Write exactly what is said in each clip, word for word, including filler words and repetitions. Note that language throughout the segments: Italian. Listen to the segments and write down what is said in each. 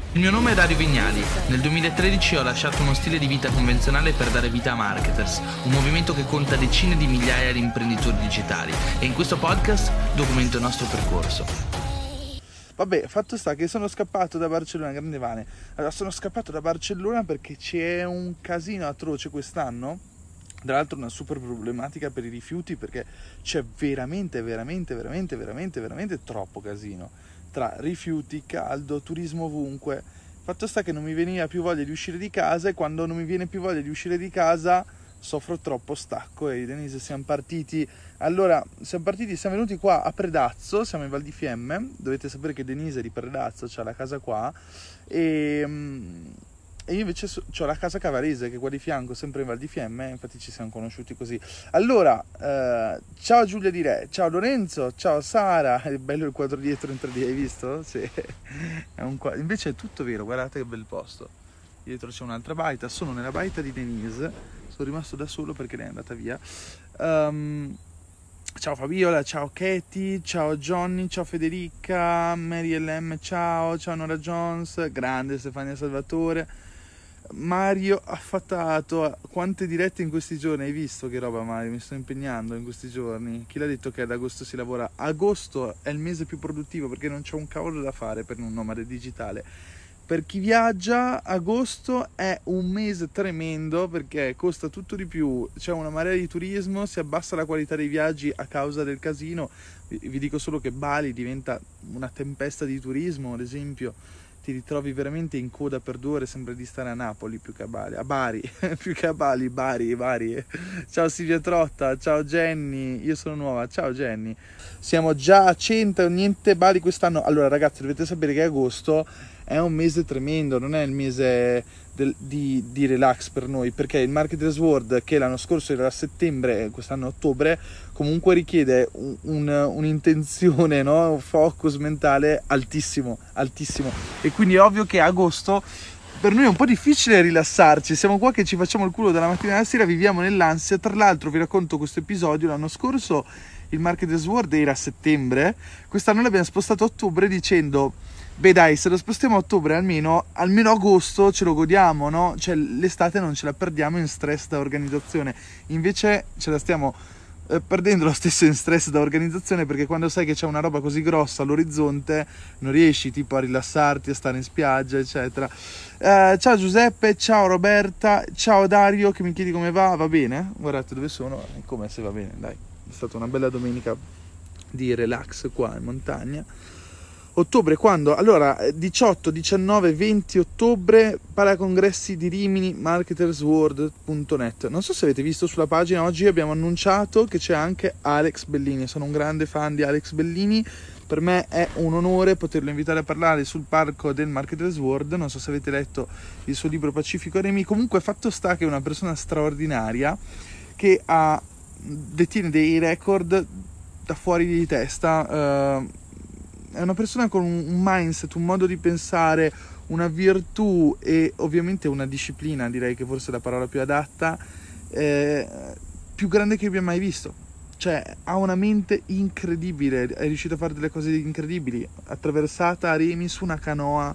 Il mio nome è Dario Vignali. Nel duemilatredici ho lasciato uno stile di vita convenzionale per dare vita a Marketers, un movimento che conta decine di migliaia di imprenditori digitali, e in questo podcast documento il nostro percorso. Vabbè, fatto sta che sono scappato da Barcellona, grande Vane. Allora, sono scappato da Barcellona perché c'è un casino atroce quest'anno. Tra l'altro una super problematica per i rifiuti, perché c'è veramente, veramente, veramente, veramente, veramente troppo casino. Tra rifiuti, caldo, turismo ovunque. Fatto sta che non mi veniva più voglia di uscire di casa, e quando non mi viene più voglia di uscire di casa soffro troppo, stacco. E Denise siamo partiti. Allora, siamo partiti, siamo venuti qua a Predazzo, siamo in Val di Fiemme. Dovete sapere che Denise è di Predazzo, c'ha la casa qua. E... E io invece ho la casa Cavarese, che è qua di fianco, sempre in Val di Fiemme, infatti ci siamo conosciuti così. Allora, eh, ciao Giulia Di Re, ciao Lorenzo, ciao Sara, è bello il quadro dietro in tre D, hai visto? Sì, è un quadro. Invece è tutto vero, guardate che bel posto. Dietro c'è un'altra baita, sono nella baita di Denise, sono rimasto da solo perché lei è andata via. Um, ciao Fabiola, ciao Katie, ciao Johnny, ciao Federica, Mary L M, ciao, ciao Nora Jones, grande Stefania Salvatore. Mario Affatato, quante dirette in questi giorni, hai visto che roba Mario, mi sto impegnando in questi giorni. Chi l'ha detto che ad agosto si lavora? Agosto è il mese più produttivo perché non c'è un cavolo da fare per un nomade digitale. Per chi viaggia, agosto è un mese tremendo perché costa tutto di più, c'è una marea di turismo, si abbassa la qualità dei viaggi a causa del casino. Vi dico solo che Bali diventa una tempesta di turismo, ad esempio. Ti ritrovi veramente in coda per due ore, sembra di stare a Napoli più che a Bali, a Bari, più che a Bali, Bari, Bari. Ciao Silvia Trotta, ciao Jenny, io sono nuova, ciao Jenny. Siamo già a cento, niente Bali quest'anno. Allora ragazzi, dovete sapere che agosto è un mese tremendo, non è il mese del, di, di relax per noi, perché il Marketers World, che l'anno scorso era a settembre, quest'anno a ottobre, comunque richiede un, un, un'intenzione, no? Un focus mentale altissimo, altissimo. E quindi è ovvio che agosto per noi è un po' difficile rilassarci, siamo qua che ci facciamo il culo dalla mattina alla sera, viviamo nell'ansia. Tra l'altro vi racconto questo episodio: l'anno scorso il Marketers World era a settembre, quest'anno l'abbiamo spostato a ottobre dicendo beh dai, se lo spostiamo a ottobre almeno, almeno agosto ce lo godiamo, no? Cioè l'estate non ce la perdiamo in stress da organizzazione, invece ce la stiamo eh, perdendo lo stesso in stress da organizzazione, perché quando sai che c'è una roba così grossa all'orizzonte non riesci tipo a rilassarti, a stare in spiaggia eccetera. Eh, ciao Giuseppe, ciao Roberta, ciao Dario che mi chiedi come va, va bene? Guardate dove sono, è come se va bene, dai, è stata una bella domenica di relax qua in montagna. Ottobre quando? Allora diciotto, diciannove, venti ottobre, Palacongressi di Rimini, marketersworld punto net. Non so se avete visto sulla pagina, oggi abbiamo annunciato che c'è anche Alex Bellini. Sono un grande fan di Alex Bellini, per me è un onore poterlo invitare a parlare sul palco del Marketers World. Non so se avete letto il suo libro Pacifico Remi. Comunque fatto sta che è una persona straordinaria che ha, detiene dei record da fuori di testa. uh, È una persona con un mindset, un modo di pensare, una virtù e ovviamente una disciplina, direi che forse è la parola più adatta, eh, più grande che abbia mai visto. Cioè ha una mente incredibile, è riuscito a fare delle cose incredibili, attraversata a remi su una canoa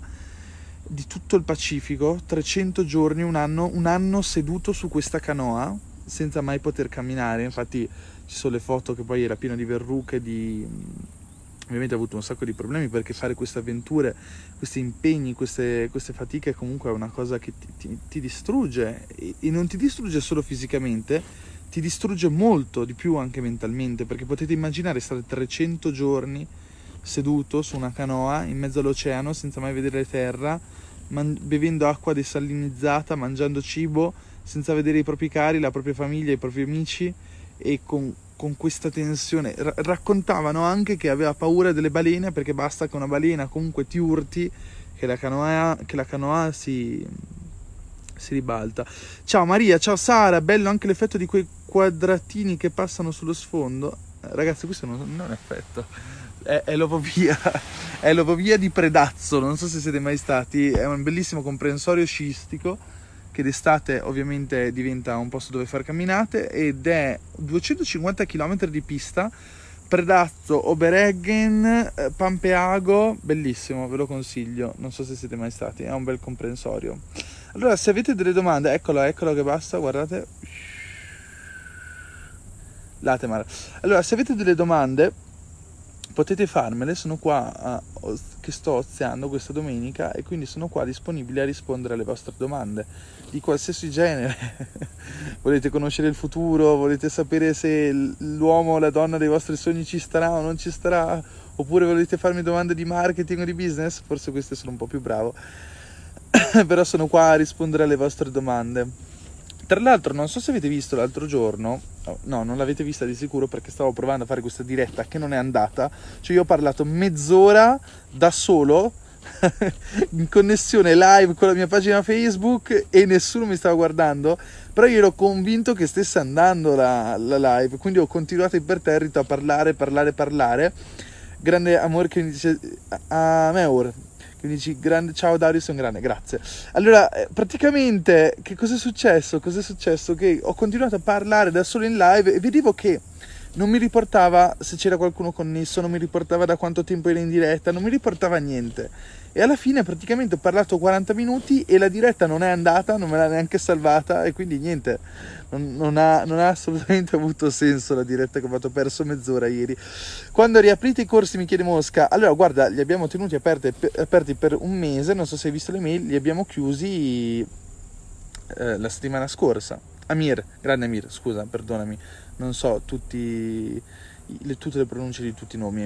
di tutto il Pacifico, trecento giorni, un anno, un anno seduto su questa canoa senza mai poter camminare. Infatti ci sono le foto che poi era pieno di verruche, di... Ovviamente ha avuto un sacco di problemi perché fare queste avventure, questi impegni, queste, queste fatiche comunque è una cosa che ti, ti, ti distrugge, e, e non ti distrugge solo fisicamente, ti distrugge molto di più anche mentalmente, perché potete immaginare stare trecento giorni seduto su una canoa in mezzo all'oceano senza mai vedere terra, man- bevendo acqua desalinizzata, mangiando cibo senza vedere i propri cari, la propria famiglia, i propri amici, e con con questa tensione. R- raccontavano anche che aveva paura delle balene, perché basta che una balena comunque ti urti che la canoa, che la canoa si, si ribalta. Ciao Maria, ciao Sara, bello anche l'effetto di quei quadratini che passano sullo sfondo. Eh, ragazzi, questo non, non è un effetto, è, è l'ovovia, è l'ovovia di Predazzo, non so se siete mai stati, è un bellissimo comprensorio sciistico che d'estate ovviamente diventa un posto dove fare camminate, ed è duecentocinquanta chilometri di pista Predazzo, Obereggen, eh, Pampeago, bellissimo, ve lo consiglio, non so se siete mai stati, è un bel comprensorio. Allora, se avete delle domande, eccola, eccola che basta, guardate. Latemar. Allora, se avete delle domande, potete farmele, sono qua a, che sto oziando questa domenica e quindi sono qua disponibile a rispondere alle vostre domande di qualsiasi genere. Volete conoscere il futuro, volete sapere se l'uomo o la donna dei vostri sogni ci starà o non ci starà, oppure volete farmi domande di marketing o di business, forse queste sono un po' più bravo, però sono qua a rispondere alle vostre domande. Tra l'altro non so se avete visto l'altro giorno, no, non l'avete vista di sicuro perché stavo provando a fare questa diretta che non è andata, cioè io ho parlato mezz'ora da solo in connessione live con la mia pagina Facebook e nessuno mi stava guardando, però io ero convinto che stesse andando la, la live, quindi ho continuato imperterrito a parlare, parlare, parlare. Grande amore che mi dice a Meur. Quindi dici, grande, ciao Dario, sei un grande, grazie. Allora, praticamente, che cosa è successo? Cosa è successo? Che ho continuato a parlare da solo in live e vedevo che non mi riportava se c'era qualcuno connesso, non mi riportava da quanto tempo era in diretta, non mi riportava niente. E alla fine praticamente ho parlato quaranta minuti e la diretta non è andata, non me l'ha neanche salvata e quindi niente, non, non, ha, non ha assolutamente avuto senso la diretta che ho fatto, ho perso mezz'ora ieri. Quando riaprite i corsi, mi chiede Mosca, allora guarda, li abbiamo tenuti aperti per, aperti per un mese, non so se hai visto le mail, li abbiamo chiusi eh, la settimana scorsa. Amir, grande Amir, scusa, perdonami, non so tutti le, tutte le pronunce di tutti i nomi.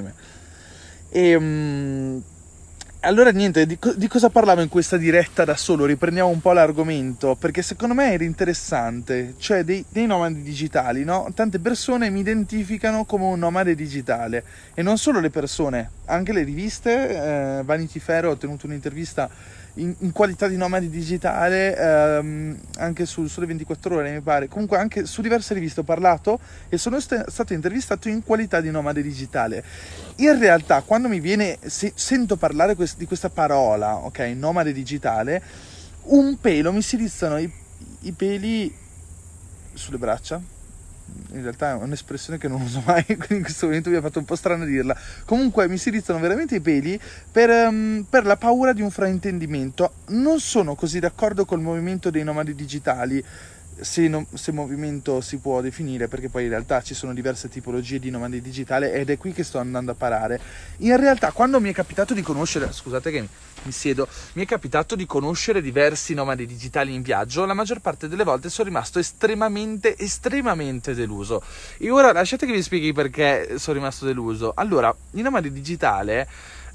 E um, allora niente, di, co- di cosa parlavo in questa diretta da solo? Riprendiamo un po' l'argomento, perché secondo me era interessante, cioè dei, dei nomadi digitali, no? Tante persone mi identificano come un nomade digitale, e non solo le persone, anche le riviste. eh, Vanity Fair ho tenuto un'intervista In, in qualità di nomadi digitale, ehm, anche sul Sole ventiquattro Ore mi pare, comunque anche su diverse riviste ho parlato e sono st- stato intervistato in qualità di nomade digitale. In realtà quando mi viene, se, sento parlare quest- di questa parola, ok, nomade digitale, un pelo mi si rizzano i, i peli sulle braccia. In realtà è un'espressione che non uso mai, quindi in questo momento mi ha fatto un po' strano dirla. Comunque mi si rizzano veramente i peli per, um, per la paura di un fraintendimento. Non sono così d'accordo col movimento dei nomadi digitali, se, no, se movimento si può definire, perché poi in realtà ci sono diverse tipologie di nomadi digitale ed è qui che sto andando a parare. In realtà quando mi è capitato di conoscere, scusate che mi, mi siedo, mi è capitato di conoscere diversi nomadi digitali in viaggio, la maggior parte delle volte sono rimasto estremamente, estremamente deluso. E ora lasciate che vi spieghi perché sono rimasto deluso. Allora, il nomade digitale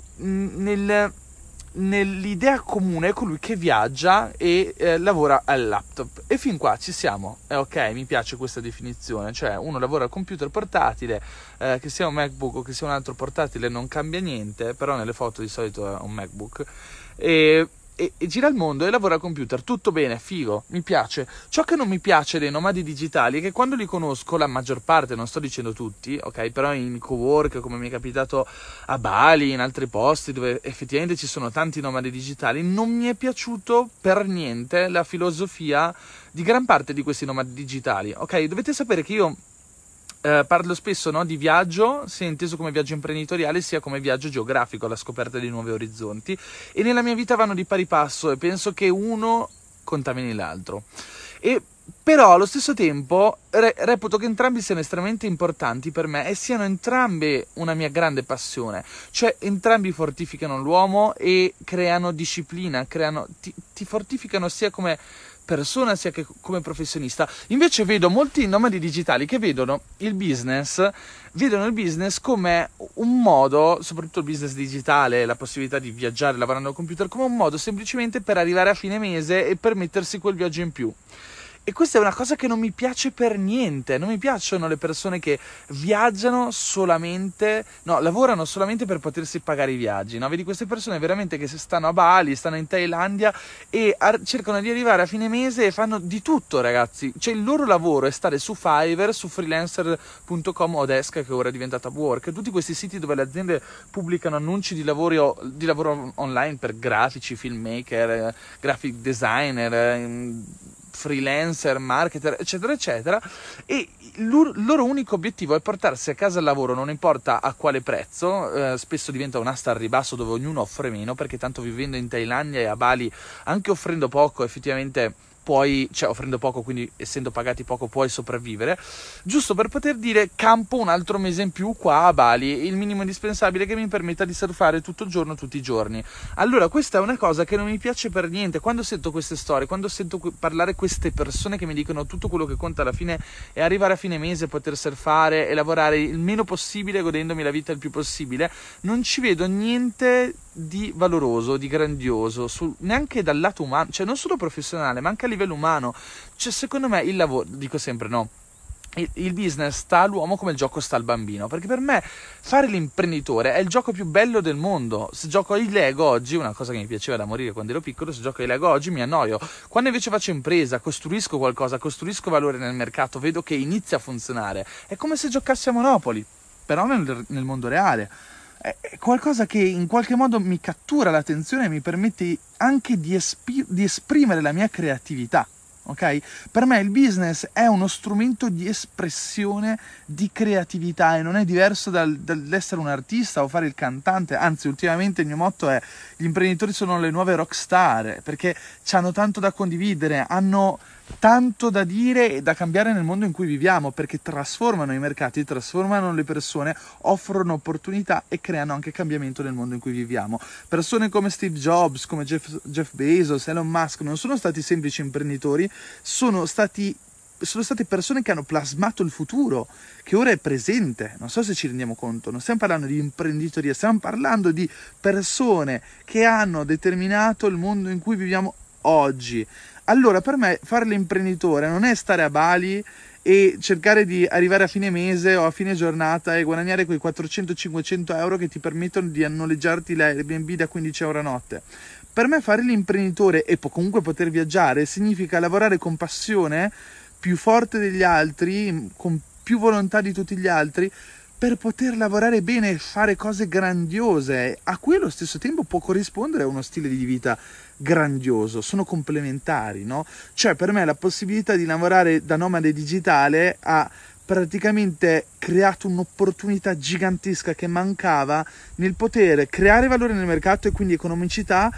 nel... nell'idea comune è colui che viaggia e eh, lavora al laptop, e fin qua ci siamo, eh, ok, mi piace questa definizione, cioè uno lavora al computer portatile, eh, che sia un MacBook o che sia un altro portatile non cambia niente, però nelle foto di solito è un MacBook, e E, e gira il mondo e lavora al computer, tutto bene, figo, mi piace. Ciò che non mi piace dei nomadi digitali è che quando li conosco, la maggior parte, non sto dicendo tutti, ok, però in cowork, come mi è capitato a Bali, in altri posti dove effettivamente ci sono tanti nomadi digitali, non mi è piaciuto per niente la filosofia di gran parte di questi nomadi digitali, ok? Dovete sapere che io Uh, parlo spesso, no, di viaggio, sia inteso come viaggio imprenditoriale sia come viaggio geografico alla scoperta di nuovi orizzonti, e nella mia vita vanno di pari passo e penso che uno contamini l'altro. E però allo stesso tempo re- reputo che entrambi siano estremamente importanti per me e siano entrambe una mia grande passione, cioè entrambi fortificano l'uomo e creano disciplina, creano, ti, ti fortificano sia come persona sia che come professionista. Invece vedo molti nomadi digitali che vedono il business vedono il business come un modo, soprattutto il business digitale, la possibilità di viaggiare lavorando al computer, come un modo semplicemente per arrivare a fine mese e permettersi quel viaggio in più. E questa è una cosa che non mi piace per niente. Non mi piacciono le persone che viaggiano solamente, no, lavorano solamente per potersi pagare i viaggi, no? Vedi queste persone veramente che stanno a Bali, stanno in Thailandia e ar- cercano di arrivare a fine mese e fanno di tutto, ragazzi. Cioè il loro lavoro è stare su Fiverr, su freelancer punto com o Desk, che ora è diventata Upwork, tutti questi siti dove le aziende pubblicano annunci di lavoro, di lavoro online per grafici, filmmaker, graphic designer, freelancer, marketer, eccetera eccetera, e il loro unico obiettivo è portarsi a casa il lavoro, non importa a quale prezzo. Eh, spesso diventa un'asta al ribasso dove ognuno offre meno, perché tanto vivendo in Thailandia e a Bali, anche offrendo poco, effettivamente puoi, cioè offrendo poco, quindi essendo pagati poco puoi sopravvivere, giusto per poter dire campo un altro mese in più qua a Bali, il minimo indispensabile che mi permetta di surfare tutto il giorno, tutti i giorni. Allora questa è una cosa che non mi piace per niente. Quando sento queste storie, quando sento parlare queste persone che mi dicono tutto quello che conta alla fine è arrivare a fine mese, poter surfare e lavorare il meno possibile, godendomi la vita il più possibile, non ci vedo niente di valoroso, di grandioso, sul, neanche dal lato umano, cioè non solo professionale ma anche a livello umano. Cioè secondo me il lavoro, dico sempre no, il, il business sta all'uomo come il gioco sta al bambino, perché per me fare l'imprenditore è il gioco più bello del mondo. Se gioco ai Lego oggi, una cosa che mi piaceva da morire quando ero piccolo, se gioco ai Lego oggi mi annoio. Quando invece faccio impresa, costruisco qualcosa, costruisco valore nel mercato, vedo che inizia a funzionare, è come se giocassi a Monopoli, però nel, nel mondo reale. È qualcosa che in qualche modo mi cattura l'attenzione e mi permette anche di, espi- di esprimere la mia creatività, ok? Per me il business è uno strumento di espressione di creatività e non è diverso dal, dall'essere un artista o fare il cantante. Anzi, ultimamente il mio motto è: gli imprenditori sono le nuove rockstar, perché hanno tanto da condividere, hanno tanto da dire e da cambiare nel mondo in cui viviamo, perché trasformano i mercati, trasformano le persone, offrono opportunità e creano anche cambiamento nel mondo in cui viviamo. Persone come Steve Jobs, come Jeff, Jeff Bezos, Elon Musk non sono stati semplici imprenditori, sono stati sono state persone che hanno plasmato il futuro, che ora è presente. Non so se ci rendiamo conto, non stiamo parlando di imprenditoria, stiamo parlando di persone che hanno determinato il mondo in cui viviamo oggi. Allora per me fare l'imprenditore non è stare a Bali e cercare di arrivare a fine mese o a fine giornata e guadagnare quei quattrocento cinquecento euro che ti permettono di noleggiarti l'Airbnb da quindici euro a notte. Per me fare l'imprenditore e comunque poter viaggiare significa lavorare con passione, più forte degli altri, con più volontà di tutti gli altri, per poter lavorare bene e fare cose grandiose, a cui allo stesso tempo può corrispondere uno stile di vita grandioso. Sono complementari, no? Cioè per me la possibilità di lavorare da nomade digitale ha praticamente creato un'opportunità gigantesca che mancava nel poter creare valore nel mercato e quindi economicità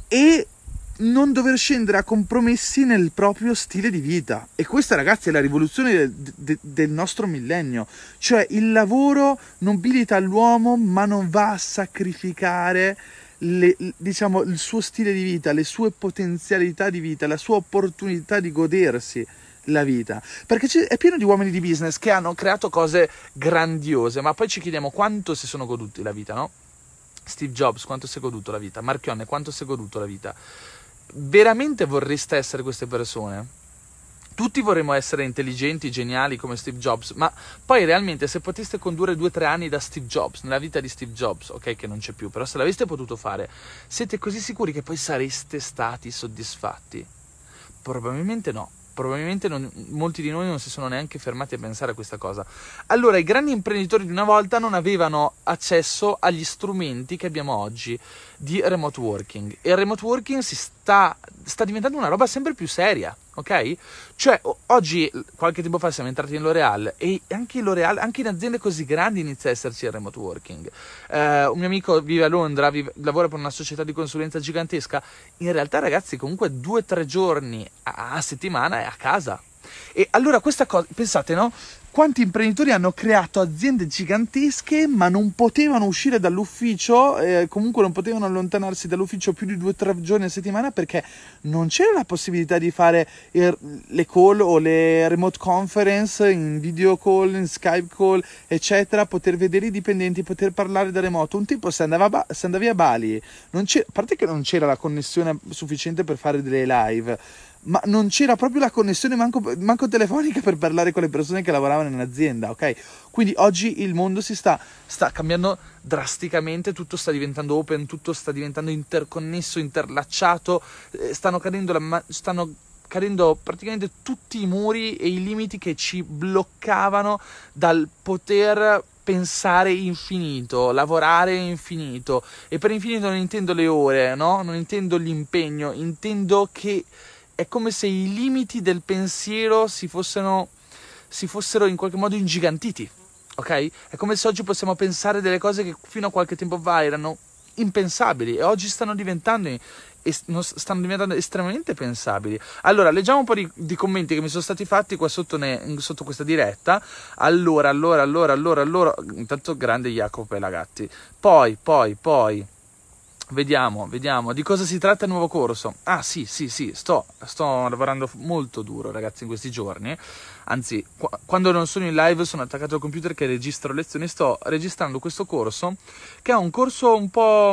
e non dover scendere a compromessi nel proprio stile di vita. E questa, ragazzi, è la rivoluzione del, de, del nostro millennio. Cioè il lavoro nobilita l'uomo ma non va a sacrificare le, diciamo, il suo stile di vita, le sue potenzialità di vita, la sua opportunità di godersi la vita, perché è pieno di uomini di business che hanno creato cose grandiose, ma poi ci chiediamo quanto si sono goduti la vita, no? Steve Jobs quanto si è goduto la vita, Marchionne quanto si è goduto la vita. Veramente vorreste essere queste persone? Tutti vorremmo essere intelligenti, geniali come Steve Jobs, ma poi realmente se poteste condurre due o tre anni da Steve Jobs, nella vita di Steve Jobs, ok che non c'è più, però se l'aveste potuto fare, siete così sicuri che poi sareste stati soddisfatti? Probabilmente no. Probabilmente non, molti di noi non si sono neanche fermati a pensare a questa cosa. Allora, i grandi imprenditori di una volta non avevano accesso agli strumenti che abbiamo oggi di remote working. E il remote working si sta, sta diventando una roba sempre più seria, ok? Cioè, oggi, qualche tempo fa siamo entrati in L'Oreal e anche in L'Oreal, anche in aziende così grandi inizia a esserci il remote working. Eh, un mio amico vive a Londra, vive, lavora per una società di consulenza gigantesca. In realtà, ragazzi, comunque due o tre giorni a, a settimana è a casa. E allora questa cosa, pensate, no? Quanti imprenditori hanno creato aziende gigantesche ma non potevano uscire dall'ufficio, eh, comunque non potevano allontanarsi dall'ufficio più di due o tre giorni a settimana perché non c'era la possibilità di fare il, le call o le remote conference in video call, in Skype call, eccetera, poter vedere i dipendenti, poter parlare da remoto. Un tempo se, andava, se andavi a Bali, non c'era, a parte che non c'era la connessione sufficiente per fare delle live, ma non c'era proprio la connessione manco, manco telefonica per parlare con le persone che lavoravano in azienda, ok? Quindi oggi il mondo si sta, sta cambiando drasticamente, tutto sta diventando open, tutto sta diventando interconnesso, interlacciato, eh, stanno cadendo, la, stanno cadendo praticamente tutti i muri e i limiti che ci bloccavano dal poter pensare infinito, lavorare infinito. E per infinito non intendo le ore, no? Non intendo l'impegno, intendo che è come se i limiti del pensiero si fossero, si fossero in qualche modo ingigantiti, ok? È come se oggi possiamo pensare delle cose che fino a qualche tempo fa erano impensabili e oggi stanno diventando, stanno diventando estremamente pensabili. Allora, leggiamo un po' di, di commenti che mi sono stati fatti qua sotto, ne, sotto questa diretta. Allora, allora, allora, allora, allora, intanto grande Jacopo Pelagatti. Poi, poi, poi, vediamo, vediamo, di cosa si tratta il nuovo corso. Ah sì, sì, sì, sto, sto lavorando molto duro, ragazzi, in questi giorni. Anzi, qu- quando non sono in live sono attaccato al computer che registro lezioni. Sto registrando questo corso, che è un corso un po'...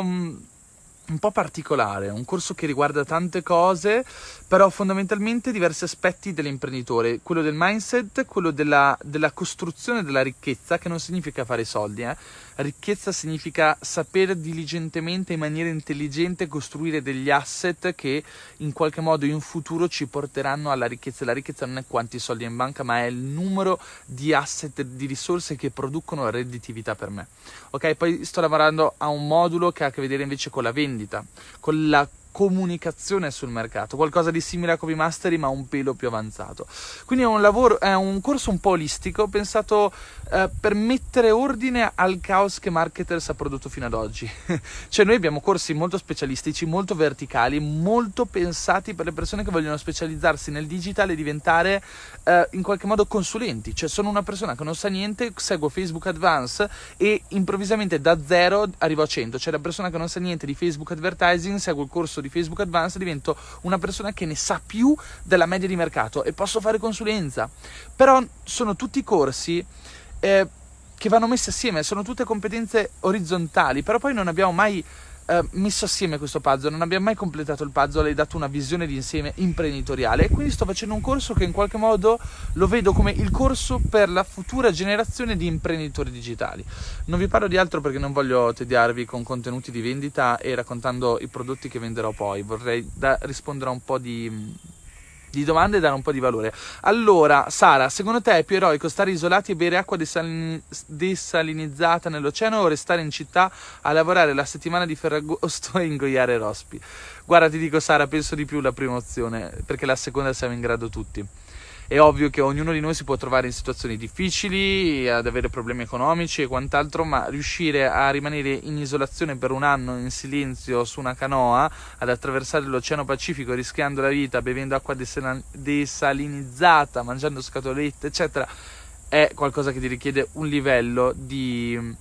un po' particolare, un corso che riguarda tante cose, però fondamentalmente diversi aspetti dell'imprenditore, quello del mindset, quello della, della costruzione della ricchezza, che non significa fare soldi, eh. Ricchezza significa saper diligentemente, in maniera intelligente, costruire degli asset che in qualche modo in futuro ci porteranno alla ricchezza. La ricchezza non è quanti soldi in banca, ma è il numero di asset, di risorse che producono redditività per me. Ok, poi sto lavorando a un modulo che ha a che vedere invece con la vendita, con la comunicazione sul mercato, qualcosa di simile a Copy Mastery ma un pelo più avanzato. Quindi è un lavoro, è un corso un po' olistico, pensato eh, per mettere ordine al caos che Marketers ha prodotto fino ad oggi. Cioè noi abbiamo corsi molto specialistici, molto verticali, molto pensati per le persone che vogliono specializzarsi nel digital e diventare eh, in qualche modo consulenti. Cioè sono una persona che non sa niente, seguo Facebook Advance e improvvisamente da zero arrivo a cento. Cioè la persona che non sa niente di Facebook Advertising, seguo il corso di Facebook Advance, divento una persona che ne sa più della media di mercato e posso fare consulenza. Però sono tutti corsi eh, che vanno messi assieme, sono tutte competenze orizzontali, però poi non abbiamo mai eh, messo assieme questo puzzle, non abbiamo mai completato il puzzle e dato una visione di insieme imprenditoriale. E quindi sto facendo un corso che in qualche modo lo vedo come il corso per la futura generazione di imprenditori digitali. Non vi parlo di altro perché non voglio tediarvi con contenuti di vendita e raccontando i prodotti che venderò poi. Vorrei da rispondere a un po' di di domande e dare un po' di valore. Allora, Sara, secondo te è più eroico stare isolati e bere acqua desalin- desalinizzata nell'oceano o restare in città a lavorare la settimana di Ferragosto e ingoiare rospi? Guarda, ti dico Sara, penso di più la prima opzione, perché la seconda siamo in grado tutti. È ovvio che ognuno di noi si può trovare in situazioni difficili, ad avere problemi economici e quant'altro, ma riuscire a rimanere in isolazione per un anno in silenzio su una canoa, ad attraversare l'Oceano Pacifico rischiando la vita, bevendo acqua desal- desalinizzata, mangiando scatolette, eccetera, è qualcosa che ti richiede un livello di...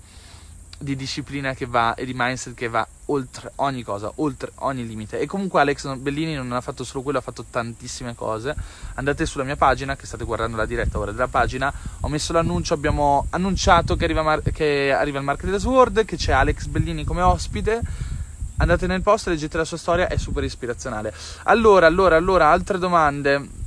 di disciplina che va e di mindset che va oltre ogni cosa, oltre ogni limite. E comunque Alex Bellini non ha fatto solo quello, ha fatto tantissime cose. Andate sulla mia pagina, che state guardando la diretta ora della pagina, ho messo l'annuncio, abbiamo annunciato che arriva, Mar- che arriva il Marketers World, che c'è Alex Bellini come ospite. Andate nel post, leggete la sua storia, è super ispirazionale. Allora, allora, allora, altre domande.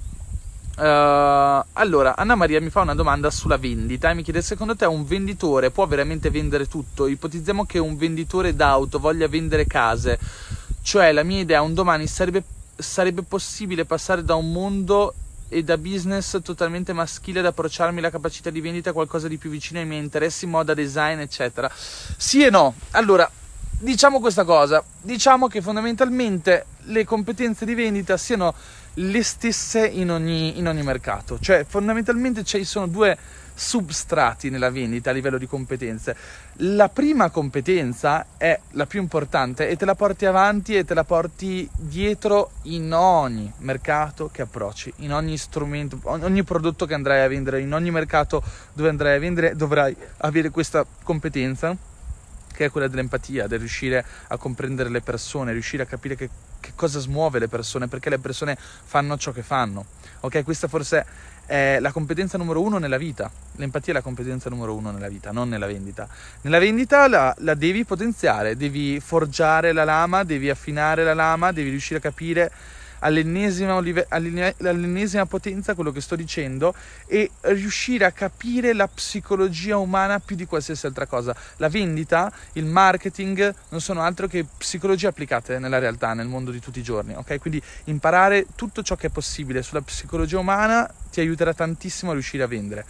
Uh, allora, Anna Maria mi fa una domanda sulla vendita e mi chiede: secondo te un venditore può veramente vendere tutto? Ipotizziamo che un venditore d'auto voglia vendere case, cioè la mia idea un domani sarebbe, sarebbe possibile passare da un mondo e da business totalmente maschile ad approcciarmi la capacità di vendita a qualcosa di più vicino ai miei interessi, moda, design, eccetera. Sì e no. Allora, diciamo questa cosa, diciamo che fondamentalmente le competenze di vendita siano le stesse in ogni, in ogni mercato. Cioè fondamentalmente ci sono due substrati nella vendita a livello di competenze. La prima competenza è la più importante e te la porti avanti e te la porti dietro in ogni mercato che approcci, in ogni strumento, ogni prodotto che andrai a vendere, in ogni mercato dove andrai a vendere dovrai avere questa competenza, che è quella dell'empatia, del riuscire a comprendere le persone, riuscire a capire che, che cosa smuove le persone, perché le persone fanno ciò che fanno. Ok, questa forse è la competenza numero uno nella vita. L'empatia è la competenza numero uno nella vita, non nella vendita. Nella vendita la, la devi potenziare, devi forgiare la lama, devi affinare la lama, devi riuscire a capire all'ennesima, all'ennesima potenza quello che sto dicendo e riuscire a capire la psicologia umana più di qualsiasi altra cosa. La vendita, il marketing non sono altro che psicologie applicate nella realtà, nel mondo di tutti i giorni, ok? Quindi imparare tutto ciò che è possibile sulla psicologia umana ti aiuterà tantissimo a riuscire a vendere.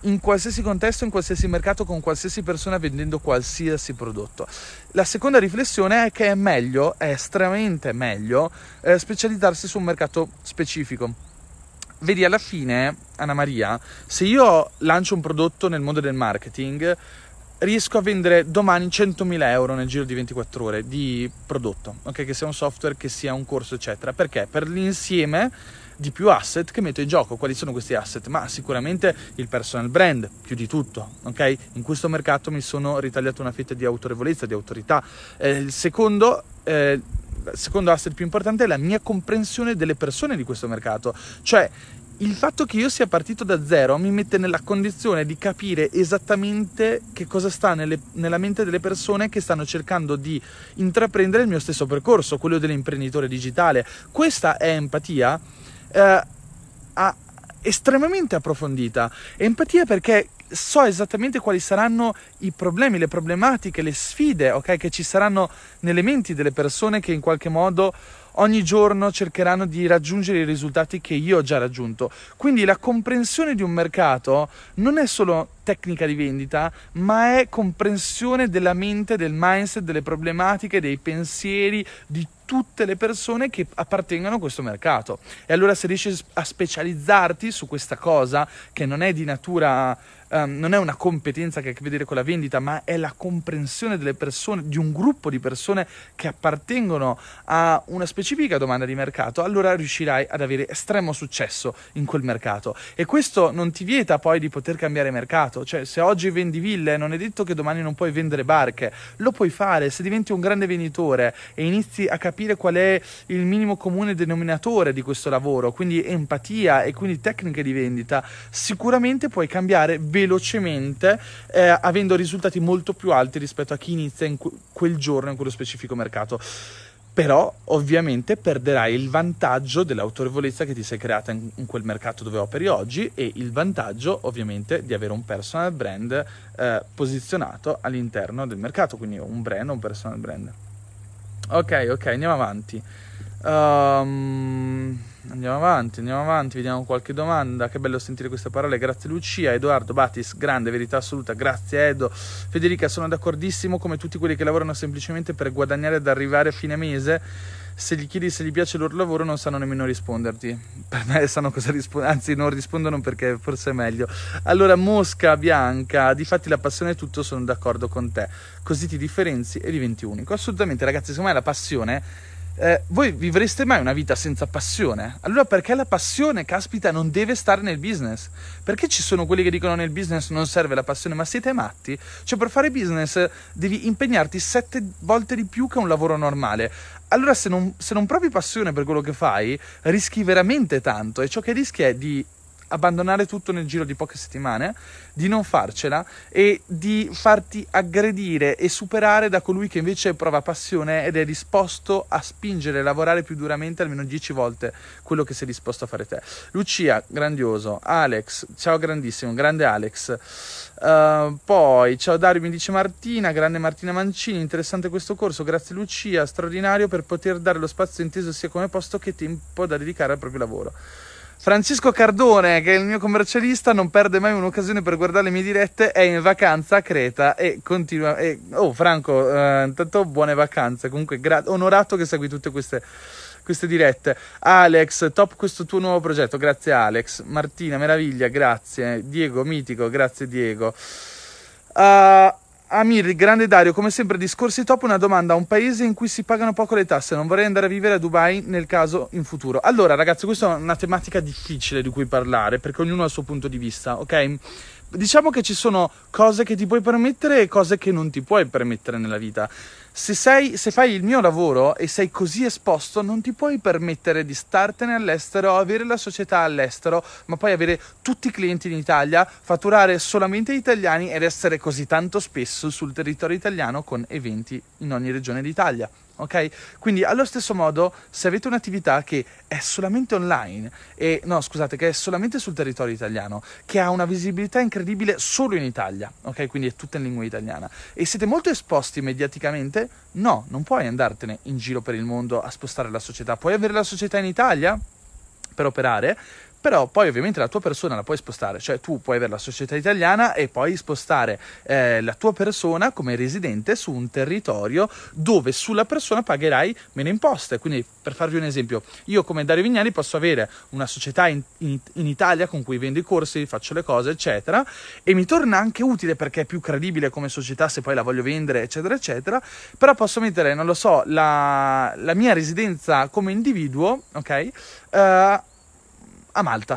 in qualsiasi contesto, in qualsiasi mercato, con qualsiasi persona, vendendo qualsiasi prodotto. La seconda riflessione è che è meglio, è estremamente meglio eh, specializzarsi su un mercato specifico. Vedi, alla fine, Anna Maria, se io lancio un prodotto nel mondo del marketing, riesco a vendere domani centomila euro nel giro di ventiquattro ore di prodotto, ok? Che sia un software, che sia un corso, eccetera. Perché? Per l'insieme di più asset che metto in gioco. Quali sono questi asset? Ma sicuramente il personal brand, più di tutto, ok? In questo mercato mi sono ritagliato una fetta di autorevolezza, di autorità. Eh, il secondo... Eh, il secondo asset più importante è la mia comprensione delle persone di questo mercato. Cioè, il fatto che io sia partito da zero mi mette nella condizione di capire esattamente che cosa sta nelle, nella mente delle persone che stanno cercando di intraprendere il mio stesso percorso, quello dell'imprenditore digitale. Questa è empatia eh, a, estremamente approfondita. Empatia perché so esattamente quali saranno i problemi, le problematiche, le sfide, ok, che ci saranno nelle menti delle persone che in qualche modo ogni giorno cercheranno di raggiungere i risultati che io ho già raggiunto. Quindi la comprensione di un mercato non è solo tecnica di vendita, ma è comprensione della mente, del mindset, delle problematiche, dei pensieri di tutte le persone che appartengono a questo mercato. E allora se riesci a specializzarti su questa cosa, che non è di natura... Um, non è una competenza che ha a che vedere con la vendita, ma è la comprensione delle persone, di un gruppo di persone che appartengono a una specifica domanda di mercato, allora riuscirai ad avere estremo successo in quel mercato. E questo non ti vieta poi di poter cambiare mercato. Cioè, se oggi vendi ville, non è detto che domani non puoi vendere barche. Lo puoi fare se diventi un grande venditore e inizi a capire qual è il minimo comune denominatore di questo lavoro, quindi empatia e quindi tecniche di vendita. Sicuramente puoi cambiare velocemente eh, avendo risultati molto più alti rispetto a chi inizia in que- quel giorno in quello specifico mercato. Però ovviamente perderai il vantaggio dell'autorevolezza che ti sei creata in, in quel mercato dove operi oggi e il vantaggio ovviamente di avere un personal brand eh, posizionato all'interno del mercato, quindi un brand, un personal brand. Ok, ok, andiamo avanti. Um, andiamo avanti, andiamo avanti, vediamo qualche domanda. Che bello sentire queste parole. Grazie Lucia. Edoardo Batis, grande, verità assoluta. Grazie Edo. Federica, sono d'accordissimo, come tutti quelli che lavorano semplicemente per guadagnare ed arrivare a fine mese. Se gli chiedi se gli piace il loro lavoro non sanno nemmeno risponderti. Per me sanno cosa rispondere, anzi non rispondono perché forse è meglio. Allora Mosca Bianca, difatti la passione è tutto, sono d'accordo con te, così ti differenzi e diventi unico. Assolutamente ragazzi, secondo me la passione Eh, voi vivreste mai una vita senza passione? Allora perché la passione, caspita, non deve stare nel business? Perché ci sono quelli che dicono nel business non serve la passione? Ma siete matti? Cioè per fare business devi impegnarti sette volte di più che un lavoro normale. Allora se non, se non provi passione per quello che fai, rischi veramente tanto, e ciò che rischi è di abbandonare tutto nel giro di poche settimane, di non farcela e di farti aggredire e superare da colui che invece prova passione ed è disposto a spingere e lavorare più duramente almeno dieci volte quello che sei disposto a fare te. Lucia, grandioso. Alex, ciao grandissimo, grande Alex. Uh, poi, ciao Dario, mi dice Martina, grande Martina Mancini, interessante questo corso, grazie Lucia, straordinario per poter dare lo spazio inteso sia come posto che tempo da dedicare al proprio lavoro. Francesco Cardone, che è il mio commercialista, non perde mai un'occasione per guardare le mie dirette, è in vacanza a Creta e continua... E, oh Franco, eh, intanto buone vacanze, comunque gra- onorato che segui tutte queste, queste dirette. Alex, top questo tuo nuovo progetto, grazie Alex. Martina, meraviglia, grazie. Diego, mitico, grazie Diego. Uh, Amir, grande Dario, come sempre discorsi top, una domanda, un paese in cui si pagano poco le tasse, non vorrei andare a vivere a Dubai nel caso in futuro. Allora ragazzi, questa è una tematica difficile di cui parlare perché ognuno ha il suo punto di vista, ok? Diciamo che ci sono cose che ti puoi permettere e cose che non ti puoi permettere nella vita. Se, sei, se fai il mio lavoro e sei così esposto, non ti puoi permettere di startene all'estero, avere la società all'estero, ma poi avere tutti i clienti in Italia, fatturare solamente italiani ed essere così tanto spesso sul territorio italiano con eventi in ogni regione d'Italia. Ok? Quindi allo stesso modo, se avete un'attività che è solamente online e no, scusate, che è solamente sul territorio italiano, che ha una visibilità incredibile solo in Italia, ok? Quindi è tutta in lingua italiana e siete molto esposti mediaticamente, no, non puoi andartene in giro per il mondo a spostare la società. Puoi avere la società in Italia per operare, Però poi ovviamente la tua persona la puoi spostare, cioè tu puoi avere la società italiana e poi spostare eh, la tua persona come residente su un territorio dove sulla persona pagherai meno imposte. Quindi, per farvi un esempio, io come Dario Vignali posso avere una società in, in, in Italia con cui vendo i corsi, faccio le cose, eccetera, e mi torna anche utile perché è più credibile come società se poi la voglio vendere, eccetera, eccetera. Però posso mettere, non lo so, la, la mia residenza come individuo, ok? Uh, a Malta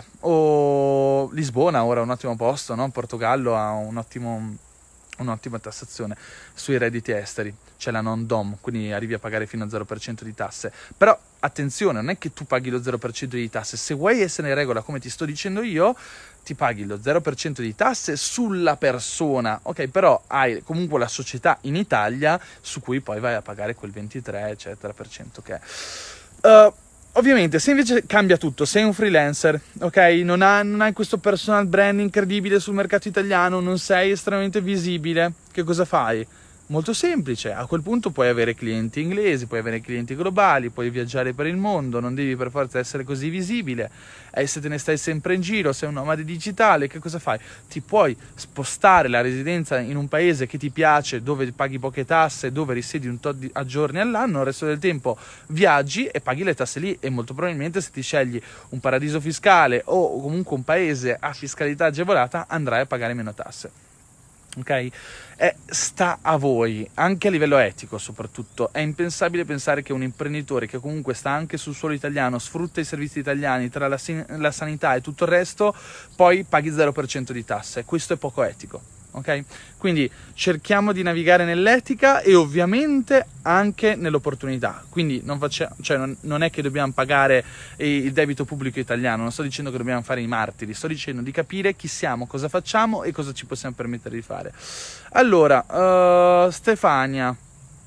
o Lisbona, ora è un ottimo posto, no? Portogallo ha un ottimo, un'ottima tassazione sui redditi esteri, c'è la non dom, quindi arrivi a pagare fino a zero per cento di tasse. Però attenzione, non è che tu paghi lo zero per cento di tasse, se vuoi essere in regola come ti sto dicendo io, ti paghi lo zero per cento di tasse sulla persona, ok? Però hai comunque la società in Italia su cui poi vai a pagare quel ventitré eccetera per cento che è. Uh, Ovviamente, se invece cambia tutto, sei un freelancer, ok? Non, ha, non hai questo personal brand incredibile sul mercato italiano, non sei estremamente visibile, che cosa fai? Molto semplice, a quel punto puoi avere clienti inglesi, puoi avere clienti globali, puoi viaggiare per il mondo, non devi per forza essere così visibile. E se te ne stai sempre in giro, sei un nomade digitale, che cosa fai? Ti puoi spostare la residenza in un paese che ti piace, dove paghi poche tasse, dove risiedi un tot di a giorni all'anno, il resto del tempo viaggi e paghi le tasse lì, e molto probabilmente se ti scegli un paradiso fiscale o comunque un paese a fiscalità agevolata andrai a pagare meno tasse. Ok? Eh, sta a voi, anche a livello etico soprattutto. È impensabile pensare che un imprenditore che comunque sta anche sul suolo italiano, sfrutta i servizi italiani, tra la, la sanità e tutto il resto, poi paghi zero per cento di tasse. Questo è poco etico. Ok? Quindi cerchiamo di navigare nell'etica e ovviamente anche nell'opportunità. Quindi non, facciamo, cioè non, non è che dobbiamo pagare il debito pubblico italiano, non sto dicendo che dobbiamo fare i martiri, sto dicendo di capire chi siamo, cosa facciamo e cosa ci possiamo permettere di fare. Allora, uh, Stefania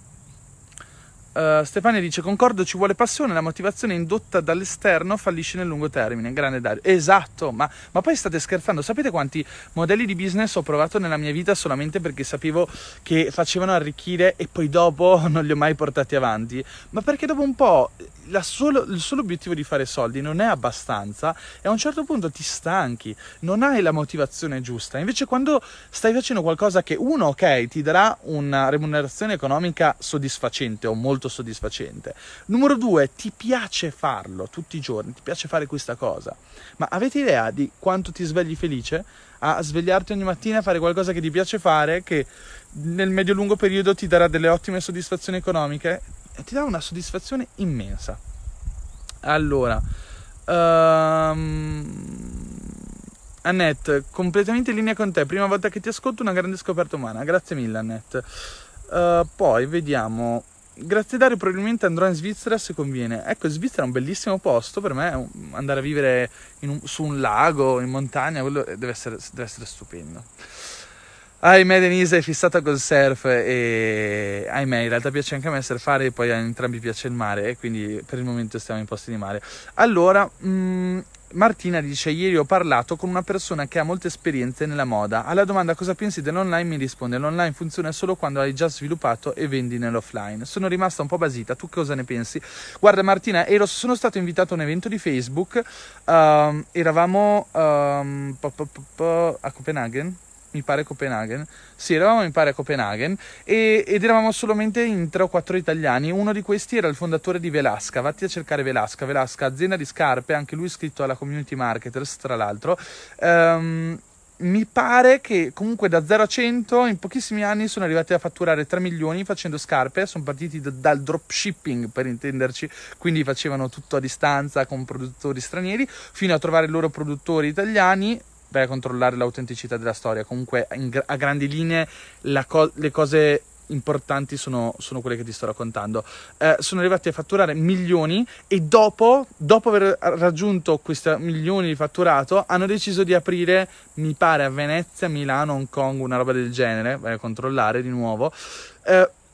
Uh, Stefania dice: concordo, ci vuole passione, la motivazione indotta dall'esterno fallisce nel lungo termine. Grande Dario. Esatto, ma, ma poi state scherzando? Sapete quanti modelli di business ho provato nella mia vita solamente perché sapevo che facevano arricchire e poi dopo non li ho mai portati avanti? Ma perché dopo un po' la solo, il solo obiettivo di fare soldi non è abbastanza e a un certo punto ti stanchi, non hai la motivazione giusta. Invece quando stai facendo qualcosa che uno, ok, ti darà una remunerazione economica soddisfacente o molto soddisfacente, numero due, ti piace farlo tutti i giorni, ti piace fare questa cosa, ma avete idea di quanto ti svegli felice a svegliarti ogni mattina a fare qualcosa che ti piace fare, che nel medio-lungo periodo ti darà delle ottime soddisfazioni economiche e ti dà una soddisfazione immensa. Allora um... Annette, completamente in linea con te, prima volta che ti ascolto, una grande scoperta umana, grazie mille Annette. Uh, poi vediamo. Grazie Dario, probabilmente andrò in Svizzera se conviene. Ecco, Svizzera è un bellissimo posto per me, andare a vivere in un, su un lago, in montagna, quello deve essere, deve essere stupendo. Ahimè, Denise è fissata col surf e ahimè, in realtà piace anche a me surfare e poi a entrambi piace il mare e quindi per il momento stiamo in posti di mare. Allora, mh, Martina dice: ieri ho parlato con una persona che ha molte esperienze nella moda. Alla domanda cosa pensi dell'online mi risponde: l'online funziona solo quando hai già sviluppato e vendi nell'offline. Sono rimasta un po' basita, tu cosa ne pensi? Guarda Martina, ero, sono stato invitato a un evento di Facebook, um, eravamo um, po, po, po, po, a Copenaghen, mi pare Copenaghen, sì, eravamo mi pare a Copenaghen e, ed eravamo solamente in tre o quattro italiani. Uno di questi era il fondatore di Velasca, vatti a cercare Velasca, Velasca azienda di scarpe, anche lui iscritto alla Community Marketers tra l'altro. Um, mi pare che comunque da zero a cento in pochissimi anni sono arrivati a fatturare tre milioni facendo scarpe. Sono partiti d- dal dropshipping, per intenderci, quindi facevano tutto a distanza con produttori stranieri, fino a trovare i loro produttori italiani per controllare l'autenticità della storia. Comunque in, a grandi linee la co- le cose importanti sono, sono quelle che ti sto raccontando. Eh, sono arrivati a fatturare milioni e dopo, dopo aver raggiunto questi milioni di fatturato hanno deciso di aprire, mi pare a Venezia, Milano, Hong Kong, una roba del genere, vai a controllare di nuovo, eh,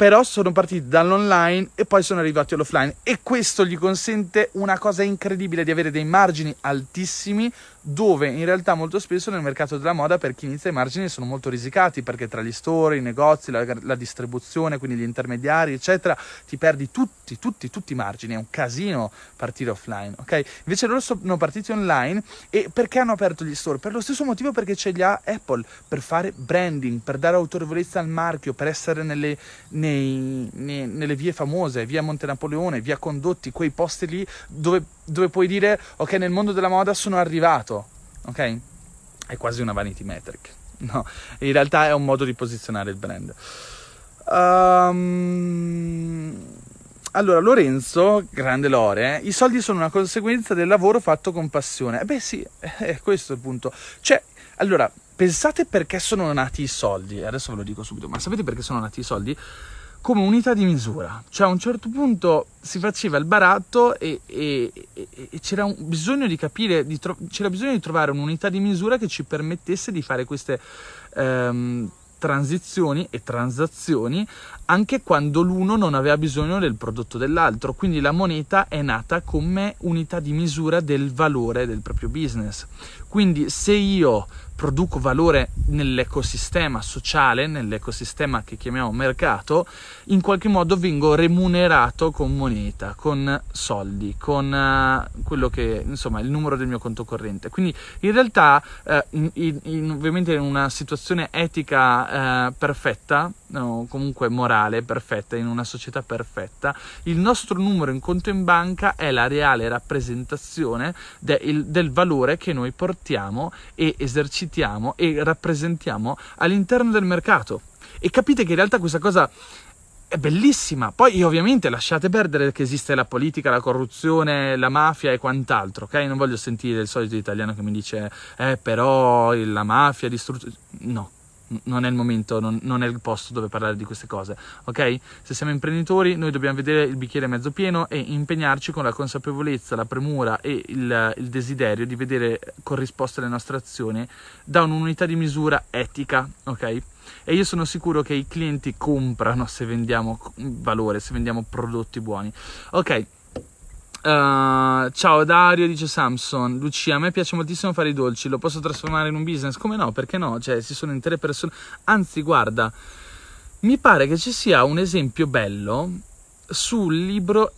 però sono partiti dall'online e poi sono arrivati all'offline, e questo gli consente una cosa incredibile, di avere dei margini altissimi, dove in realtà molto spesso nel mercato della moda, per chi inizia, i margini sono molto risicati, perché tra gli store, i negozi, la, la distribuzione, quindi gli intermediari eccetera, ti perdi tutti tutti tutti i margini, è un casino partire offline, ok? Invece loro sono partiti online. E perché hanno aperto gli store? Per lo stesso motivo, perché ce li ha Apple, per fare branding, per dare autorevolezza al marchio, per essere nelle, nei, nei, nelle vie famose, via Monte Napoleone, via Condotti, quei posti lì dove, dove puoi dire ok, nel mondo della moda sono arrivato, ok? È quasi una vanity metric, no, in realtà è un modo di posizionare il brand. Um, allora, Lorenzo, grande Lore, eh, i soldi sono una conseguenza del lavoro fatto con passione. Eh beh sì, è questo il punto. Cioè, allora, pensate perché sono nati i soldi, adesso ve lo dico subito, ma sapete perché sono nati i soldi? Come unità di misura. Cioè a un certo punto si faceva il baratto e, e, e, e c'era un bisogno di capire, di tro- c'era bisogno di trovare un'unità di misura che ci permettesse di fare queste ehm, transizioni e transazioni anche quando l'uno non aveva bisogno del prodotto dell'altro. Quindi la moneta è nata come unità di misura del valore del proprio business. Quindi se io produco valore nell'ecosistema sociale, nell'ecosistema che chiamiamo mercato, in qualche modo vengo remunerato con moneta, con soldi, con uh, quello che, insomma, il numero del mio conto corrente. Quindi in realtà, uh, in, in, in, ovviamente in una situazione etica uh, perfetta, no, comunque morale perfetta, in una società perfetta, il nostro numero in conto in banca è la reale rappresentazione de, il, del valore che noi portiamo e esercitiamo e rappresentiamo all'interno del mercato. E capite che in realtà questa cosa è bellissima. Poi ovviamente lasciate perdere che esiste la politica, la corruzione, la mafia e quant'altro, ok? Non voglio sentire il solito italiano che mi dice eh però la mafia ha distrutto... No, non è il momento, non, non è il posto dove parlare di queste cose, ok? Se siamo imprenditori noi dobbiamo vedere il bicchiere mezzo pieno e impegnarci con la consapevolezza, la premura e il, il desiderio di vedere corrisposte le nostre azioni da un'unità di misura etica, ok? E io sono sicuro che i clienti comprano se vendiamo valore, se vendiamo prodotti buoni, ok? Uh, ciao Dario, dice Samson. Lucia, a me piace moltissimo fare i dolci, lo posso trasformare in un business? Come no? Perché no? Cioè, ci sono intere persone. Anzi, guarda, mi pare che ci sia un esempio bello sul libro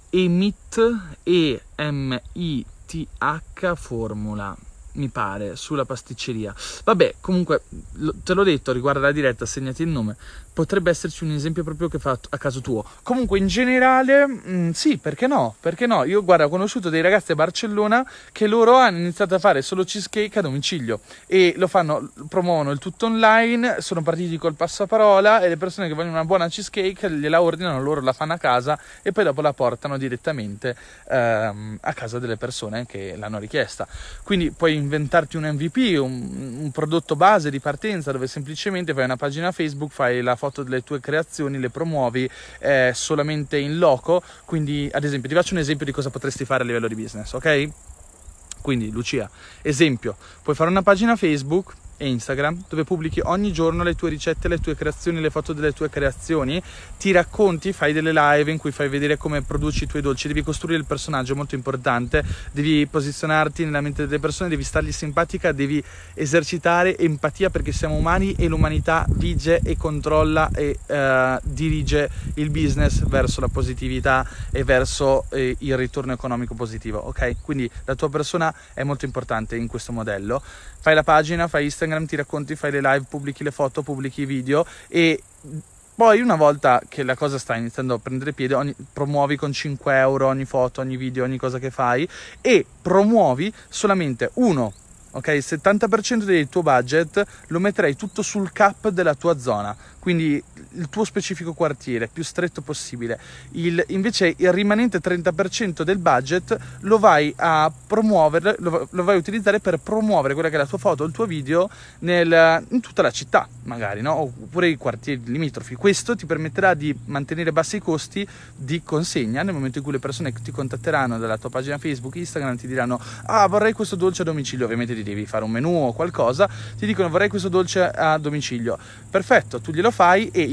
Emit, E M I T H Formula, mi pare, sulla pasticceria. Vabbè, comunque, te l'ho detto, riguarda la diretta, segnati il nome. Potrebbe esserci un esempio proprio che fa a caso tuo. Comunque, in generale, mh, sì, perché no? Perché no? Io, guarda, ho conosciuto dei ragazzi a Barcellona che loro hanno iniziato a fare solo cheesecake a domicilio e lo fanno, promuovono il tutto online, sono partiti col passaparola e le persone che vogliono una buona cheesecake gliela ordinano, loro la fanno a casa e poi dopo la portano direttamente ehm, a casa delle persone che l'hanno richiesta. Quindi puoi inventarti un M V P, un, un prodotto base di partenza dove semplicemente fai una pagina Facebook, fai la foto delle tue creazioni, le promuovi eh, solamente in loco. Quindi, ad esempio, ti faccio un esempio di cosa potresti fare a livello di business, ok? Quindi, Lucia, esempio, puoi fare una pagina Facebook e Instagram dove pubblichi ogni giorno le tue ricette, le tue creazioni, le foto delle tue creazioni, ti racconti, fai delle live in cui fai vedere come produci i tuoi dolci, devi costruire il personaggio, è molto importante, devi posizionarti nella mente delle persone, devi stargli simpatica, devi esercitare empatia perché siamo umani e l'umanità vige e controlla e uh, dirige il business verso la positività e verso eh, il ritorno economico positivo, ok? Quindi la tua persona è molto importante in questo modello. Fai la pagina, fai Instagram, ti racconti, fai le live, pubblichi le foto, pubblichi i video e poi una volta che la cosa sta iniziando a prendere piede, ogni, promuovi con cinque euro ogni foto, ogni video, ogni cosa che fai e promuovi solamente uno, ok? Il settanta per cento del tuo budget lo metterai tutto sul cap della tua zona, quindi il tuo specifico quartiere più stretto possibile. Il, invece il rimanente trenta per cento del budget lo vai a promuovere, lo, lo vai a utilizzare per promuovere quella che è la tua foto, il tuo video nel, in tutta la città magari, no? Oppure i quartieri limitrofi. Questo ti permetterà di mantenere bassi i costi di consegna nel momento in cui le persone ti contatteranno dalla tua pagina Facebook, Instagram, ti diranno ah vorrei questo dolce a domicilio, ovviamente ti devi fare un menù o qualcosa, ti dicono vorrei questo dolce a domicilio, perfetto, tu glielo fai e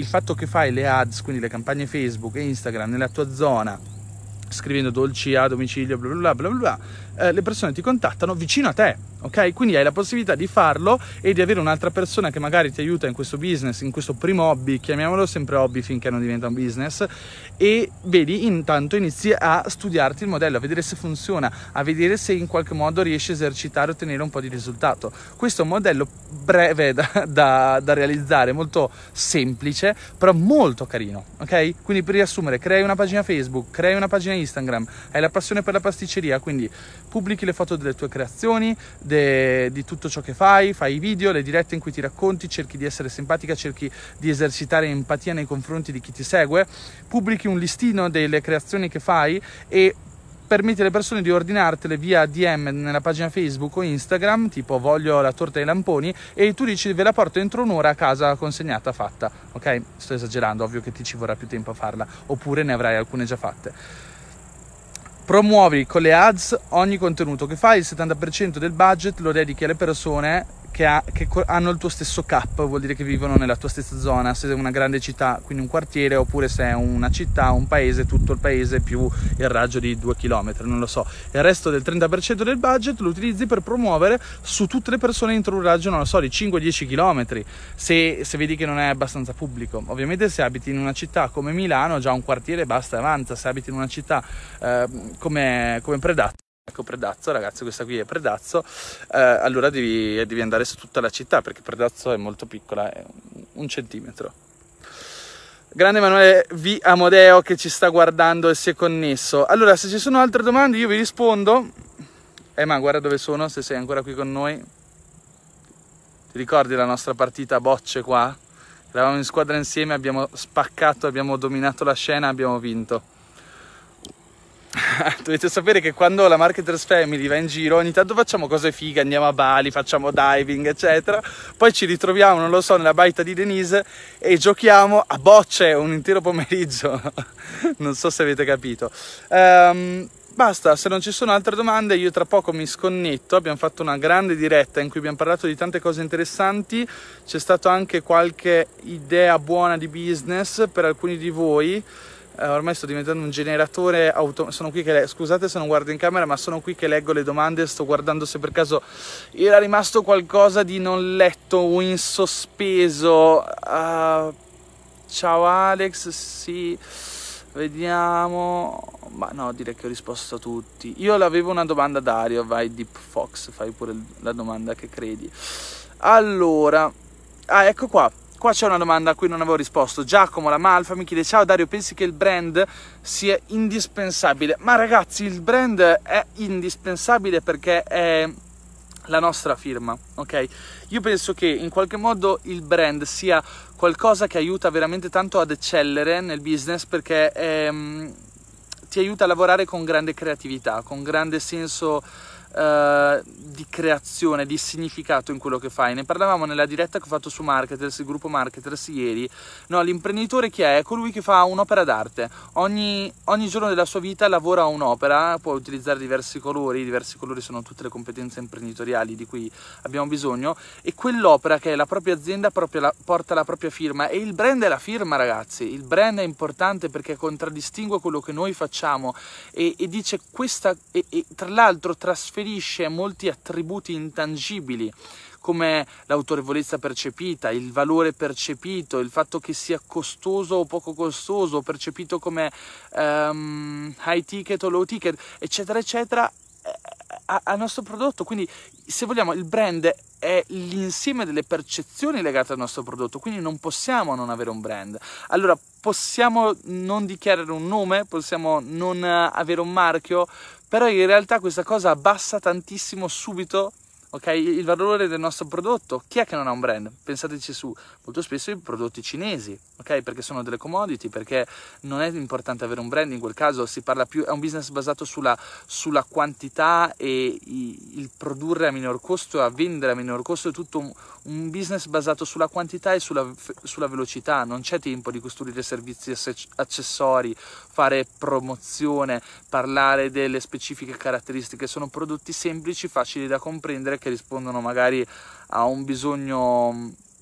il fatto che fai le ads, quindi le campagne Facebook e Instagram nella tua zona, scrivendo dolci a domicilio, bla bla bla bla bla, eh, le persone ti contattano vicino a te, ok? Quindi hai la possibilità di farlo e di avere un'altra persona che magari ti aiuta in questo business, in questo primo hobby, chiamiamolo sempre hobby finché non diventa un business, e vedi, intanto inizi a studiarti il modello, a vedere se funziona, a vedere se in qualche modo riesci a esercitare e ottenere un po' di risultato. Questo è un modello breve da, da, da realizzare, molto semplice, però molto carino, ok? Quindi per riassumere, crei una pagina Facebook, crei una pagina Instagram, hai la passione per la pasticceria, quindi pubblichi le foto delle tue creazioni, de, di tutto ciò che fai, fai i video, le dirette in cui ti racconti, cerchi di essere simpatica, cerchi di esercitare empatia nei confronti di chi ti segue, pubblichi un listino delle creazioni che fai e permetti alle persone di ordinartele via D M nella pagina Facebook o Instagram, tipo voglio la torta ai lamponi, e tu dici ve la porto entro un'ora a casa consegnata, fatta, ok? Sto esagerando, ovvio che ti ci vorrà più tempo a farla, oppure ne avrai alcune già fatte. Promuovi con le ads ogni contenuto che fai, il settanta per cento del budget lo dedichi alle persone che, ha, che hanno il tuo stesso cap, vuol dire che vivono nella tua stessa zona, se è una grande città, quindi un quartiere, oppure se è una città, un paese, tutto il paese più il raggio di due chilometri, non lo so. Il resto del trenta per cento del budget lo utilizzi per promuovere su tutte le persone entro un raggio, non lo so, di cinque dieci chilometri, se, se vedi che non è abbastanza pubblico. Ovviamente se abiti in una città come Milano, già un quartiere basta e avanza. Se abiti in una città eh, come, come Predazzo, ecco Predazzo ragazzi, questa qui è Predazzo, eh, allora devi, devi andare su tutta la città, perché Predazzo è molto piccola, è un centimetro. Grande Emanuele V. Amodeo che ci sta guardando e si è connesso. Allora, se ci sono altre domande io vi rispondo. Eh ma guarda dove sono, se sei ancora qui con noi. Ti ricordi la nostra partita a bocce qua? Eravamo in squadra insieme, abbiamo spaccato, abbiamo dominato la scena, abbiamo vinto. Dovete sapere che quando la Marketers Family va in giro ogni tanto facciamo cose fighe, andiamo a Bali, facciamo diving eccetera, poi ci ritroviamo, non lo so, nella baita di Denise e giochiamo a bocce un intero pomeriggio. Non so se avete capito. um, Basta, se non ci sono altre domande io tra poco mi sconnetto. Abbiamo fatto una grande diretta in cui abbiamo parlato di tante cose interessanti, c'è stata anche qualche idea buona di business per alcuni di voi. Uh, ormai sto diventando un generatore auto... sono qui che le... scusate se non guardo in camera, ma sono qui che leggo le domande, sto guardando se per caso era rimasto qualcosa di non letto o in sospeso. Uh... Ciao Alex, sì, vediamo, ma no, direi che ho risposto a tutti. Io l'avevo una domanda a Dario, vai Deep Fox, fai pure la domanda che credi. Allora, ah ecco qua. Qua c'è una domanda a cui non avevo risposto. Giacomo La Malfa mi chiede: ciao Dario, pensi che il brand sia indispensabile? Ma ragazzi, il brand è indispensabile perché è la nostra firma, ok? Io penso che in qualche modo il brand sia qualcosa che aiuta veramente tanto ad eccellere nel business, perché ehm, ti aiuta a lavorare con grande creatività, con grande senso Uh, di creazione, di significato in quello che fai. Ne parlavamo nella diretta che ho fatto su Marketers, il gruppo Marketers ieri. No, l'imprenditore chi è? È colui che fa un'opera d'arte. Ogni, ogni giorno della sua vita lavora a un'opera, può utilizzare diversi colori, diversi colori sono tutte le competenze imprenditoriali di cui abbiamo bisogno, e quell'opera che è la propria azienda propria la, porta la propria firma, e il brand è la firma, ragazzi. Il brand è importante perché contraddistingue quello che noi facciamo e, e dice questa, e, e tra l'altro trasferisce molti attributi intangibili come l'autorevolezza percepita, il valore percepito, il fatto che sia costoso o poco costoso, percepito come um, high ticket o low ticket, eccetera eccetera, al nostro prodotto. Quindi se vogliamo il brand è l'insieme delle percezioni legate al nostro prodotto, quindi non possiamo non avere un brand. Allora possiamo non dichiarare un nome, possiamo non avere un marchio, però in realtà questa cosa abbassa tantissimo subito, ok, il valore del nostro prodotto. Chi è che non ha un brand? Pensateci su, molto spesso i prodotti cinesi, ok, perché sono delle commodity, perché non è importante avere un brand. In quel caso si parla più, è un business basato sulla, sulla quantità e i, il produrre a minor costo e a vendere a minor costo. È tutto un, un business basato sulla quantità e sulla, sulla velocità. Non c'è tempo di costruire servizi accessori, fare promozione, parlare delle specifiche caratteristiche. Sono prodotti semplici, facili da comprendere, che rispondono magari a un bisogno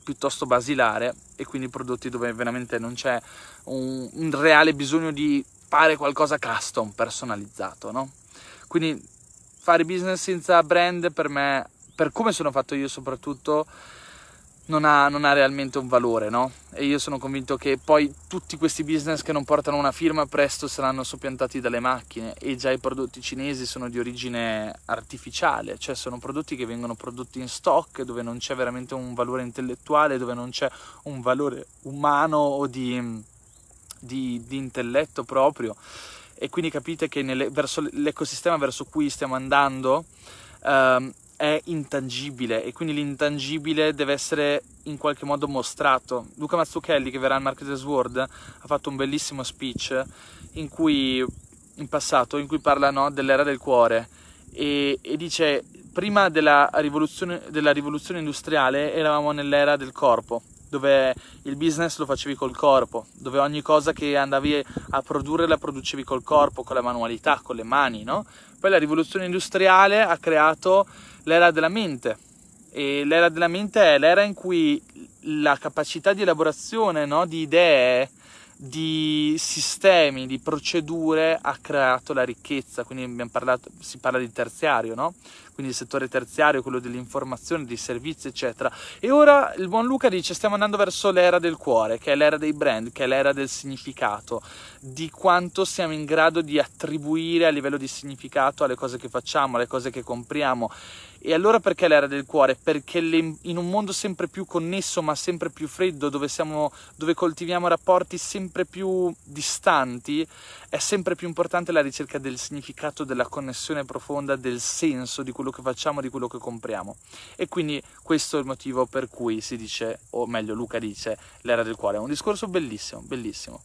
piuttosto basilare, e quindi prodotti dove veramente non c'è un, un reale bisogno di fare qualcosa custom, personalizzato, no? Quindi fare business senza brand per me, per come sono fatto io soprattutto, non ha, non ha realmente un valore, no? E io sono convinto che poi tutti questi business che non portano una firma presto saranno soppiantati dalle macchine, e già i prodotti cinesi sono di origine artificiale, cioè sono prodotti che vengono prodotti in stock, dove non c'è veramente un valore intellettuale, dove non c'è un valore umano o di, di, di intelletto proprio. E quindi capite che nelle, verso l'ecosistema verso cui stiamo andando ehm, è intangibile, e quindi l'intangibile deve essere in qualche modo mostrato. Luca Mazzucchelli, che verrà al Marketers World, ha fatto un bellissimo speech in cui, in passato, in cui parla, no, dell'era del cuore, e, e dice: prima della rivoluzione, della rivoluzione industriale eravamo nell'era del corpo, dove il business lo facevi col corpo, dove ogni cosa che andavi a produrre la producevi col corpo, con la manualità, con le mani, no? Poi la rivoluzione industriale ha creato l'era della mente, e l'era della mente è l'era in cui la capacità di elaborazione, no, di idee, di sistemi, di procedure ha creato la ricchezza. Quindi abbiamo parlato, si parla di terziario, no? Quindi il settore terziario, quello dell'informazione, dei servizi, eccetera. E ora il buon Luca dice: stiamo andando verso l'era del cuore, che è l'era dei brand, che è l'era del significato, di quanto siamo in grado di attribuire a livello di significato alle cose che facciamo, alle cose che compriamo. E allora perché l'era del cuore? Perché le, in un mondo sempre più connesso ma sempre più freddo, dove, siamo, dove coltiviamo rapporti sempre più distanti, è sempre più importante la ricerca del significato, della connessione profonda, del senso di quello che facciamo, di quello che compriamo. E quindi questo è il motivo per cui si dice, o meglio Luca dice, l'era del cuore. È un discorso bellissimo, bellissimo.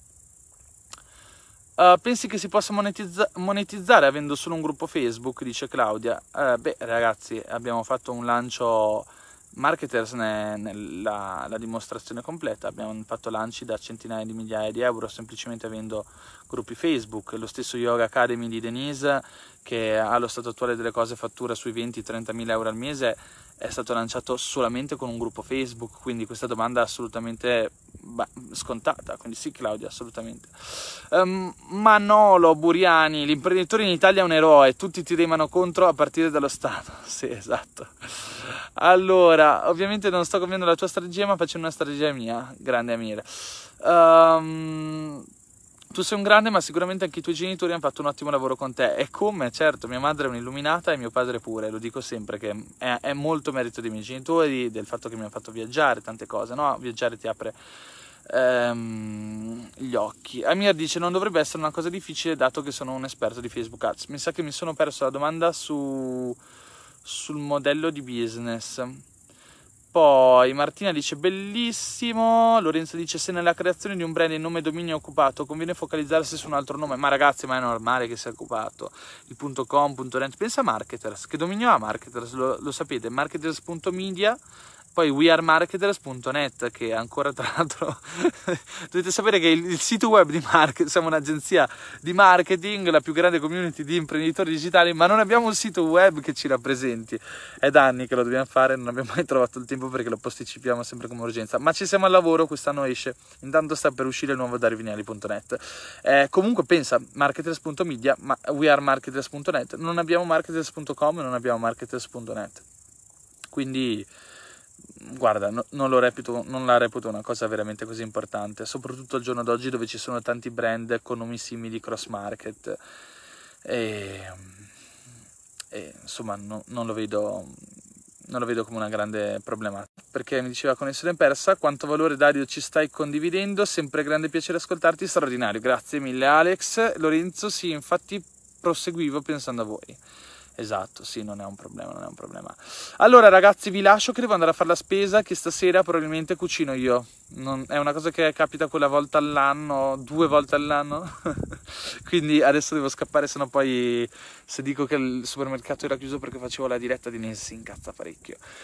Uh, pensi che si possa monetizza- monetizzare avendo solo un gruppo Facebook, dice Claudia. Uh, beh ragazzi, abbiamo fatto un lancio, Marketers ne è la, la dimostrazione completa. Abbiamo fatto lanci da centinaia di migliaia di euro semplicemente avendo gruppi Facebook. Lo stesso Yoga Academy di Denise, che allo stato attuale delle cose fattura sui venti trenta mila euro al mese, è stato lanciato solamente con un gruppo Facebook. Quindi questa domanda è assolutamente bah, scontata. Quindi sì Claudia, assolutamente. um, Manolo Buriani: l'imprenditore in Italia è un eroe, tutti ti remano contro a partire dallo Stato. Sì, esatto. Allora, ovviamente non sto copiando la tua strategia, ma faccio una strategia mia, grande Amire. um, Tu sei un grande, ma sicuramente anche i tuoi genitori hanno fatto un ottimo lavoro con te. E come? Certo, mia madre è un'illuminata e mio padre pure, lo dico sempre, che è, è molto merito dei miei genitori, del fatto che mi hanno fatto viaggiare, tante cose, no? Viaggiare ti apre ehm, gli occhi. Amir dice: non dovrebbe essere una cosa difficile dato che sono un esperto di Facebook Ads. Mi sa che mi sono perso la domanda su, sul modello di business. Poi Martina dice: bellissimo. Lorenzo dice: se nella creazione di un brand il nome dominio è occupato, conviene focalizzarsi su un altro nome. Ma ragazzi, ma è normale che sia occupato il .com, .net. Pensa a Marketers, che dominio ha Marketers? Lo, lo sapete, marketers punto media. Poi we are marketers punto net, che ancora, tra l'altro dovete sapere che il, il sito web di Market, siamo un'agenzia di marketing, la più grande community di imprenditori digitali, ma non abbiamo un sito web che ci rappresenti. È da anni che lo dobbiamo fare, non abbiamo mai trovato il tempo perché lo posticipiamo sempre come urgenza, ma ci siamo al lavoro, quest'anno esce, intanto sta per uscire il nuovo darivignali punto net. Eh, comunque pensa, marketers punto media, ma we are marketers punto net, non abbiamo marketers punto com e non abbiamo marketers punto net, quindi guarda, no, non, lo reputo, non la reputo una cosa veramente così importante, soprattutto al giorno d'oggi dove ci sono tanti brand con nomi simili cross market e, e insomma no, non lo vedo non lo vedo come una grande problematica. Perché mi diceva Connessione Persa: quanto valore Dario ci stai condividendo, sempre grande piacere ascoltarti, straordinario, grazie mille Alex. Lorenzo: sì, infatti proseguivo pensando a voi. Esatto, sì, non è un problema, non è un problema. Allora ragazzi, vi lascio che devo andare a fare la spesa, che stasera probabilmente cucino io. Non, è una cosa che capita quella volta all'anno, due volte all'anno. Quindi adesso devo scappare, sennò poi se dico che il supermercato era chiuso perché facevo la diretta di Ness si incazza parecchio.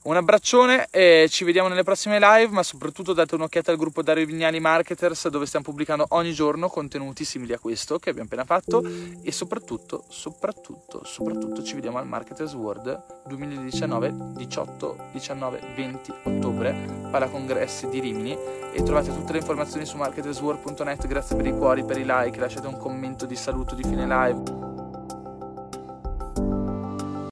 Un abbraccione e ci vediamo nelle prossime live, ma soprattutto date un'occhiata al gruppo Dario Vignali Marketers, dove stiamo pubblicando ogni giorno contenuti simili a questo che abbiamo appena fatto, e soprattutto, soprattutto, soprattutto ci vediamo al Marketers World duemiladiciannove, diciotto, diciannove, venti ottobre, Palacongressi di Rimini, e trovate tutte le informazioni su marketersworld punto net. Grazie per i cuori, per i like, lasciate un commento di saluto di fine live.